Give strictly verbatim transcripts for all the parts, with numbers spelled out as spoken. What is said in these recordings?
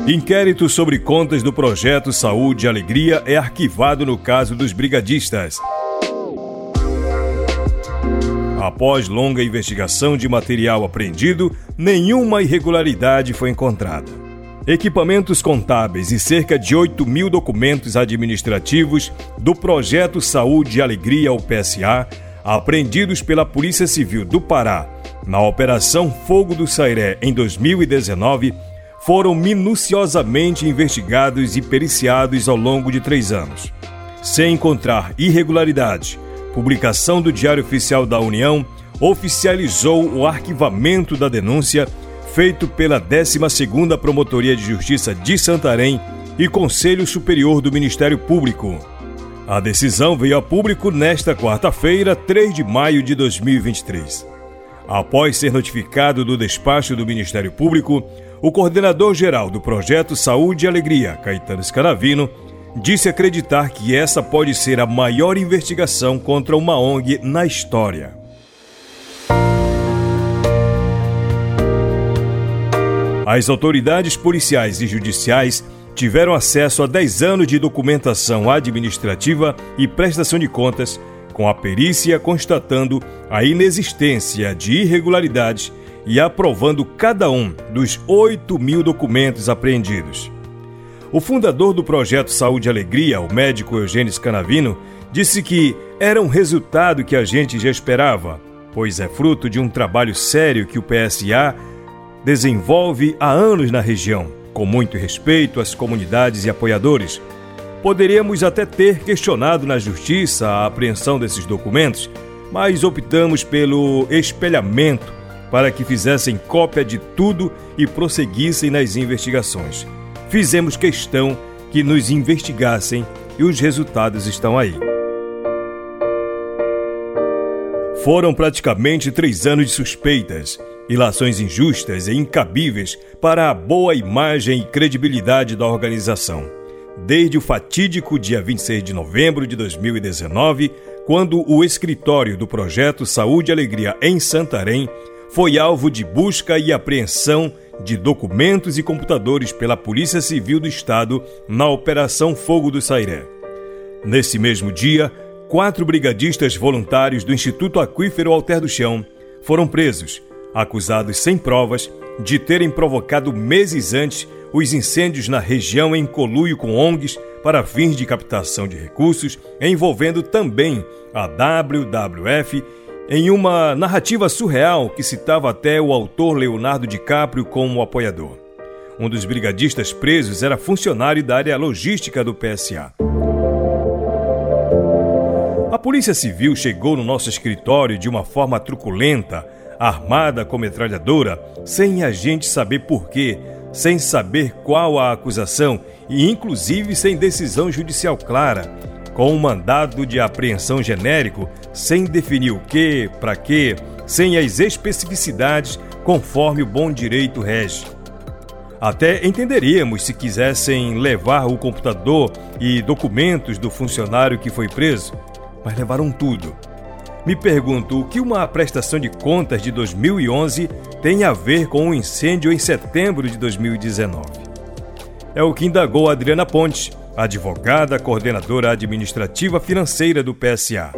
Inquérito sobre contas do projeto Saúde e Alegria é arquivado no caso dos brigadistas. Após longa investigação de material apreendido, nenhuma irregularidade foi encontrada. Equipamentos contábeis e cerca de oito mil documentos administrativos do projeto Saúde e Alegria, o P S A, apreendidos pela Polícia Civil do Pará na Operação Fogo do Sairé em dois mil e dezenove, foram minuciosamente investigados e periciados ao longo de três anos. Sem encontrar irregularidade, publicação do Diário Oficial da União oficializou o arquivamento da denúncia feito pela décima segunda Promotoria de Justiça de Santarém e Conselho Superior do Ministério Público. A decisão veio a público nesta quarta-feira, três de maio de dois mil e vinte e três. Após ser notificado do despacho do Ministério Público, o coordenador-geral do projeto Saúde e Alegria, Caetano Scanavino, disse acreditar que essa pode ser a maior investigação contra uma O N G na história. As autoridades policiais e judiciais tiveram acesso a dez anos de documentação administrativa e prestação de contas, com a perícia constatando a inexistência de irregularidades e aprovando cada um dos oito mil documentos apreendidos. O fundador do projeto Saúde e Alegria, o médico Eugênio Scanavino, disse que era um resultado que a gente já esperava, pois é fruto de um trabalho sério que o P S A desenvolve há anos na região, com muito respeito às comunidades e apoiadores. Poderíamos até ter questionado na justiça a apreensão desses documentos, mas optamos pelo espelhamento para que fizessem cópia de tudo e prosseguissem nas investigações. Fizemos questão que nos investigassem e os resultados estão aí. Foram praticamente três anos de suspeitas, ilações injustas e incabíveis para a boa imagem e credibilidade da organização. Desde o fatídico dia vinte e seis de novembro de dois mil e dezenove, quando o escritório do projeto Saúde e Alegria em Santarém foi alvo de busca e apreensão de documentos e computadores pela Polícia Civil do Estado na Operação Fogo do Sairé. Nesse mesmo dia, quatro brigadistas voluntários do Instituto Aquífero Alter do Chão foram presos, acusados sem provas de terem provocado meses antes os incêndios na região em conluio com O N Gs para fins de captação de recursos, envolvendo também a W W F, em uma narrativa surreal que citava até o autor Leonardo DiCaprio como apoiador. Um dos brigadistas presos era funcionário da área logística do P S A. A Polícia Civil chegou no nosso escritório de uma forma truculenta, armada com metralhadora, sem a gente saber porquê, sem saber qual a acusação e inclusive sem decisão judicial clara, com um mandado de apreensão genérico, sem definir o que, para quê, sem as especificidades conforme o bom direito rege. Até entenderíamos se quisessem levar o computador e documentos do funcionário que foi preso, mas levaram tudo. Me pergunto o que uma prestação de contas de dois mil e onze tem a ver com um incêndio em setembro de dois mil e dezenove. É o que indagou Adriana Pontes, advogada coordenadora administrativa financeira do P S A.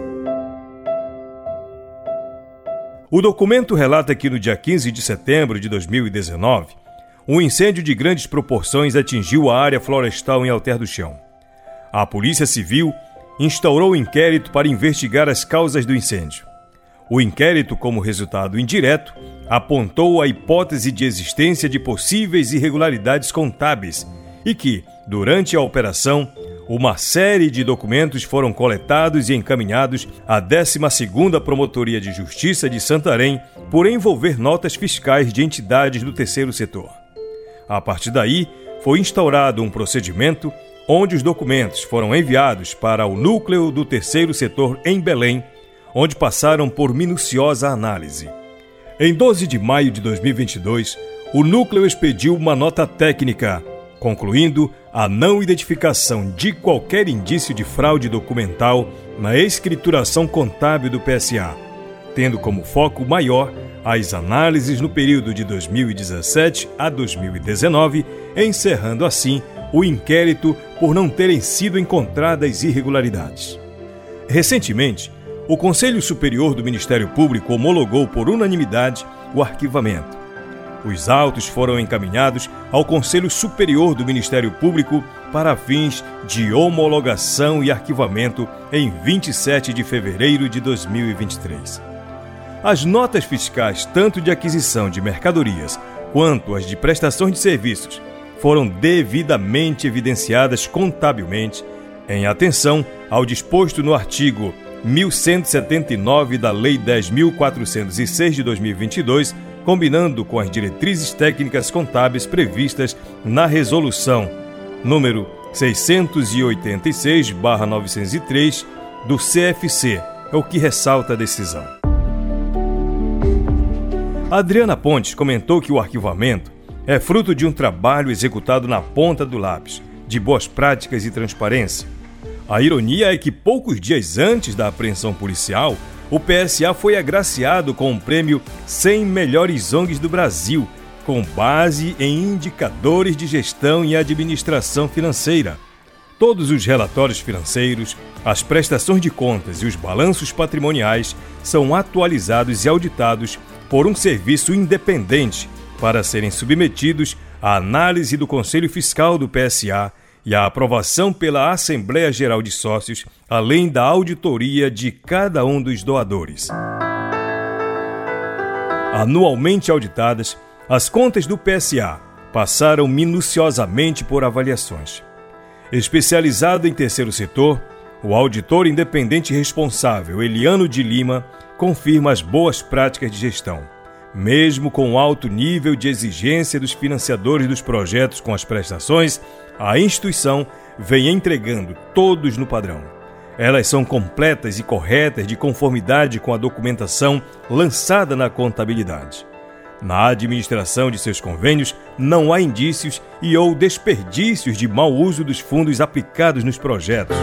O documento relata que no dia quinze de setembro de dois mil e dezenove, um incêndio de grandes proporções atingiu a área florestal em Alter do Chão. A Polícia Civil instaurou um inquérito para investigar as causas do incêndio. O inquérito, como resultado indireto, apontou a hipótese de existência de possíveis irregularidades contábeis e que, durante a operação, uma série de documentos foram coletados e encaminhados à décima segunda Promotoria de Justiça de Santarém por envolver notas fiscais de entidades do terceiro setor. A partir daí, foi instaurado um procedimento onde os documentos foram enviados para o núcleo do terceiro setor em Belém, onde passaram por minuciosa análise. Em doze de maio de dois mil e vinte e dois, o núcleo expediu uma nota técnica, concluindo a não identificação de qualquer indício de fraude documental na escrituração contábil do P S A, tendo como foco maior as análises no período de dois mil e dezessete a dois mil e dezenove, encerrando assim o inquérito por não terem sido encontradas irregularidades. Recentemente, o Conselho Superior do Ministério Público homologou por unanimidade o arquivamento. Os autos foram encaminhados ao Conselho Superior do Ministério Público para fins de homologação e arquivamento em vinte e sete de fevereiro de dois mil e vinte e três. As notas fiscais, tanto de aquisição de mercadorias quanto as de prestações de serviços, foram devidamente evidenciadas contabilmente, em atenção ao disposto no artigo mil cento e setenta e nove da Lei dez mil quatrocentos e seis de dois mil e vinte e dois, combinando com as diretrizes técnicas contábeis previstas na Resolução número seiscentos e oitenta e seis barra novecentos e três do C F C, é o que ressalta a decisão. Adriana Pontes comentou que o arquivamento é fruto de um trabalho executado na ponta do lápis, de boas práticas e transparência. A ironia é que poucos dias antes da apreensão policial, o P S A foi agraciado com o prêmio cem Melhores O N Gs do Brasil, com base em indicadores de gestão e administração financeira. Todos os relatórios financeiros, as prestações de contas e os balanços patrimoniais são atualizados e auditados por um serviço independente para serem submetidos à análise do Conselho Fiscal do P S A e à aprovação pela Assembleia Geral de Sócios, além da auditoria de cada um dos doadores. Anualmente auditadas, as contas do P S A passaram minuciosamente por avaliações. Especializado em terceiro setor, o auditor independente responsável, Eliano de Lima, confirma as boas práticas de gestão. Mesmo com o alto nível de exigência dos financiadores dos projetos com as prestações, a instituição vem entregando todos no padrão. Elas são completas e corretas de conformidade com a documentação lançada na contabilidade. Na administração de seus convênios, não há indícios e ou desperdícios de mau uso dos fundos aplicados nos projetos.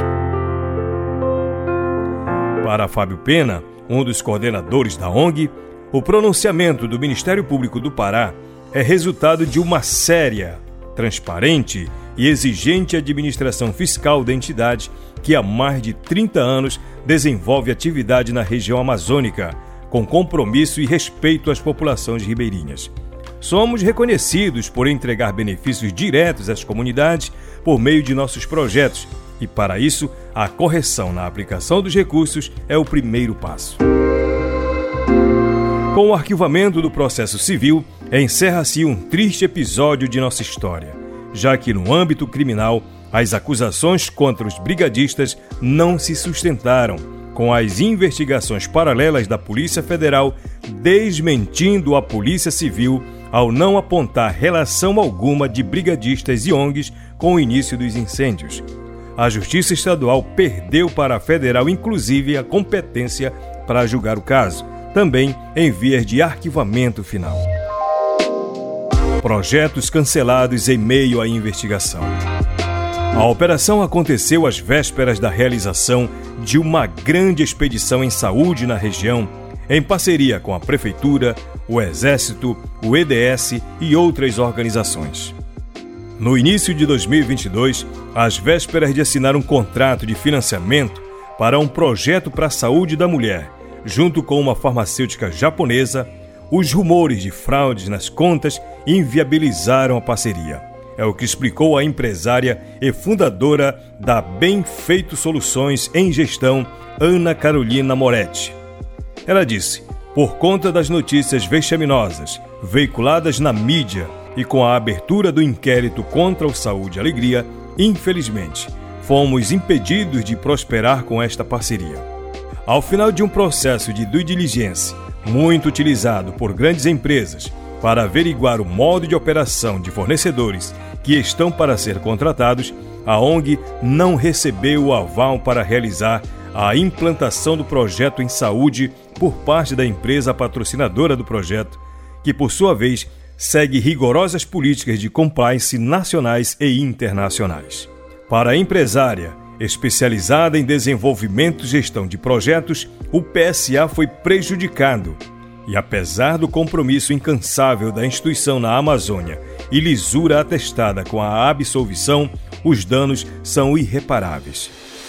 Para Fábio Pena, um dos coordenadores da O N G, o pronunciamento do Ministério Público do Pará é resultado de uma séria, transparente e exigente administração fiscal da entidade que há mais de trinta anos desenvolve atividade na região amazônica, com compromisso e respeito às populações ribeirinhas. Somos reconhecidos por entregar benefícios diretos às comunidades por meio de nossos projetos e, para isso, a correção na aplicação dos recursos é o primeiro passo. Com o arquivamento do processo civil, encerra-se um triste episódio de nossa história, já que no âmbito criminal, as acusações contra os brigadistas não se sustentaram, com as investigações paralelas da Polícia Federal desmentindo a Polícia Civil ao não apontar relação alguma de brigadistas e O N Gs com o início dos incêndios. A Justiça Estadual perdeu para a Federal, inclusive, a competência para julgar o caso, também em vias de arquivamento final. Projetos cancelados em meio à investigação. A operação aconteceu às vésperas da realização de uma grande expedição em saúde na região, em parceria com a Prefeitura, o Exército, o E D S e outras organizações. No início de dois mil e vinte e dois, às vésperas de assinar um contrato de financiamento para um projeto para a saúde da mulher, junto com uma farmacêutica japonesa, os rumores de fraudes nas contas inviabilizaram a parceria. É o que explicou a empresária e fundadora da Bem Feito Soluções em Gestão, Ana Carolina Moretti. Ela disse: por conta das notícias vexaminosas veiculadas na mídia e com a abertura do inquérito contra o Saúde e Alegria, infelizmente, fomos impedidos de prosperar com esta parceria. Ao final de um processo de due diligence, muito utilizado por grandes empresas para averiguar o modo de operação de fornecedores que estão para ser contratados, a O N G não recebeu o aval para realizar a implantação do projeto em saúde por parte da empresa patrocinadora do projeto, que, por sua vez, segue rigorosas políticas de compliance nacionais e internacionais. Para a empresária, especializada em desenvolvimento e gestão de projetos, o P S A foi prejudicado E apesar do compromisso incansável da instituição na Amazônia e lisura atestada com a absolvição, os danos são irreparáveis.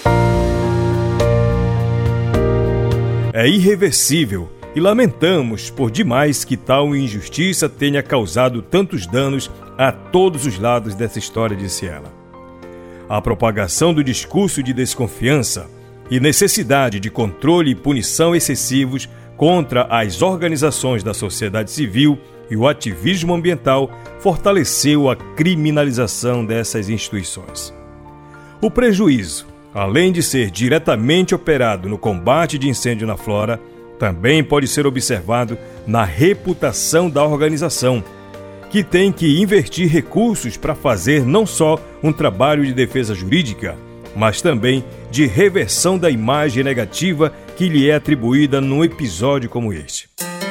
É irreversível e lamentamos por demais que tal injustiça tenha causado tantos danos a todos os lados dessa história, disse ela. A propagação do discurso de desconfiança e necessidade de controle e punição excessivos contra as organizações da sociedade civil e o ativismo ambiental fortaleceu a criminalização dessas instituições. O prejuízo, além de ser diretamente operado no combate de incêndio na flora, também pode ser observado na reputação da organização, que tem que investir recursos para fazer não só um trabalho de defesa jurídica, mas também de reversão da imagem negativa que lhe é atribuída num episódio como este.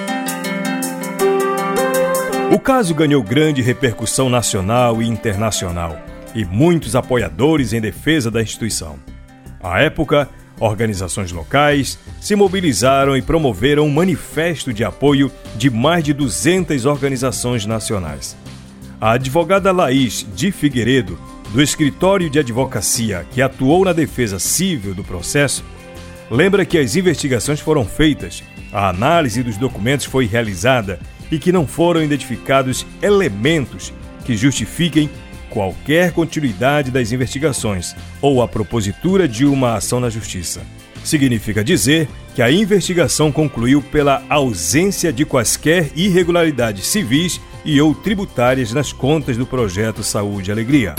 O caso ganhou grande repercussão nacional e internacional e muitos apoiadores em defesa da instituição. À época, organizações locais se mobilizaram e promoveram um manifesto de apoio de mais de duzentas organizações nacionais. A advogada Laís de Figueiredo, do Escritório de Advocacia que atuou na defesa civil do processo, lembra que as investigações foram feitas, a análise dos documentos foi realizada e que não foram identificados elementos que justifiquem qualquer continuidade das investigações ou a propositura de uma ação na Justiça. Significa dizer que a investigação concluiu pela ausência de quaisquer irregularidades civis e ou tributárias nas contas do projeto Saúde e Alegria.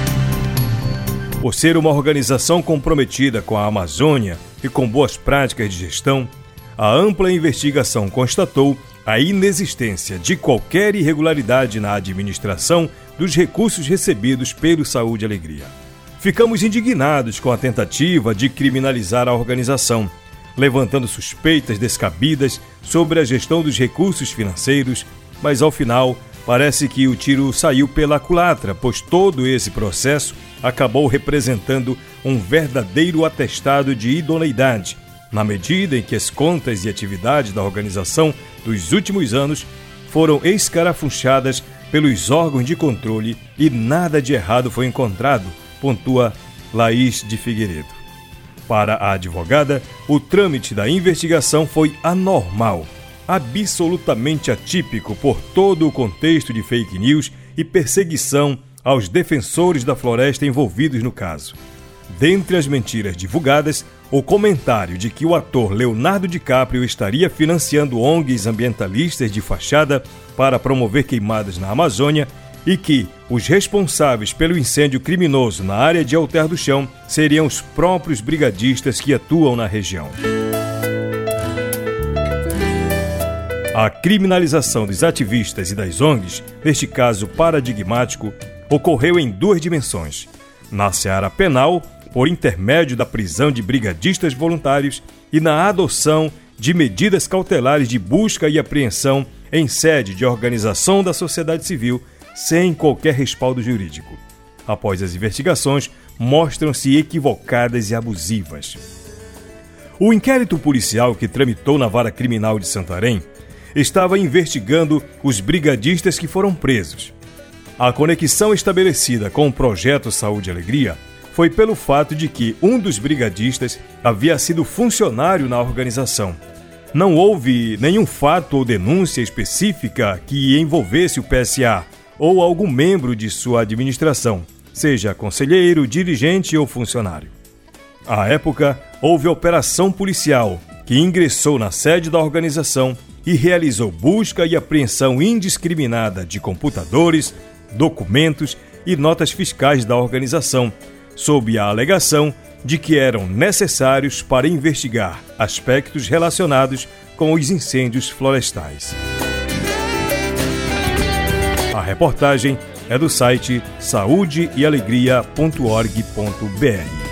Por ser uma organização comprometida com a Amazônia e com boas práticas de gestão, a ampla investigação constatou a inexistência de qualquer irregularidade na administração dos recursos recebidos pelo Saúde e Alegria. Ficamos indignados com a tentativa de criminalizar a organização, levantando suspeitas descabidas sobre a gestão dos recursos financeiros, mas ao final parece que o tiro saiu pela culatra, pois todo esse processo acabou representando um verdadeiro atestado de idoneidade, na medida em que as contas e atividades da organização dos últimos anos foram escarafunchadas pelos órgãos de controle e nada de errado foi encontrado, pontua Laís de Figueiredo. Para a advogada, o trâmite da investigação foi anormal, absolutamente atípico por todo o contexto de fake news e perseguição aos defensores da floresta envolvidos no caso. Dentre as mentiras divulgadas, o comentário de que o ator Leonardo DiCaprio estaria financiando O N Gs ambientalistas de fachada para promover queimadas na Amazônia e que os responsáveis pelo incêndio criminoso na área de Alter do Chão seriam os próprios brigadistas que atuam na região. A criminalização dos ativistas e das O N Gs, neste caso paradigmático, ocorreu em duas dimensões. Na seara penal, por intermédio da prisão de brigadistas voluntários e na adoção de medidas cautelares de busca e apreensão em sede de organização da sociedade civil, sem qualquer respaldo jurídico. Após as investigações, mostram-se equivocadas e abusivas. O inquérito policial que tramitou na Vara Criminal de Santarém estava investigando os brigadistas que foram presos. A conexão estabelecida com o projeto Saúde e Alegria foi pelo fato de que um dos brigadistas havia sido funcionário na organização. Não houve nenhum fato ou denúncia específica que envolvesse o P S A ou algum membro de sua administração, seja conselheiro, dirigente ou funcionário. À época, houve operação policial que ingressou na sede da organização e realizou busca e apreensão indiscriminada de computadores, documentos e notas fiscais da organização, sob a alegação de que eram necessários para investigar aspectos relacionados com os incêndios florestais. A reportagem é do site saúde e alegria ponto org ponto br.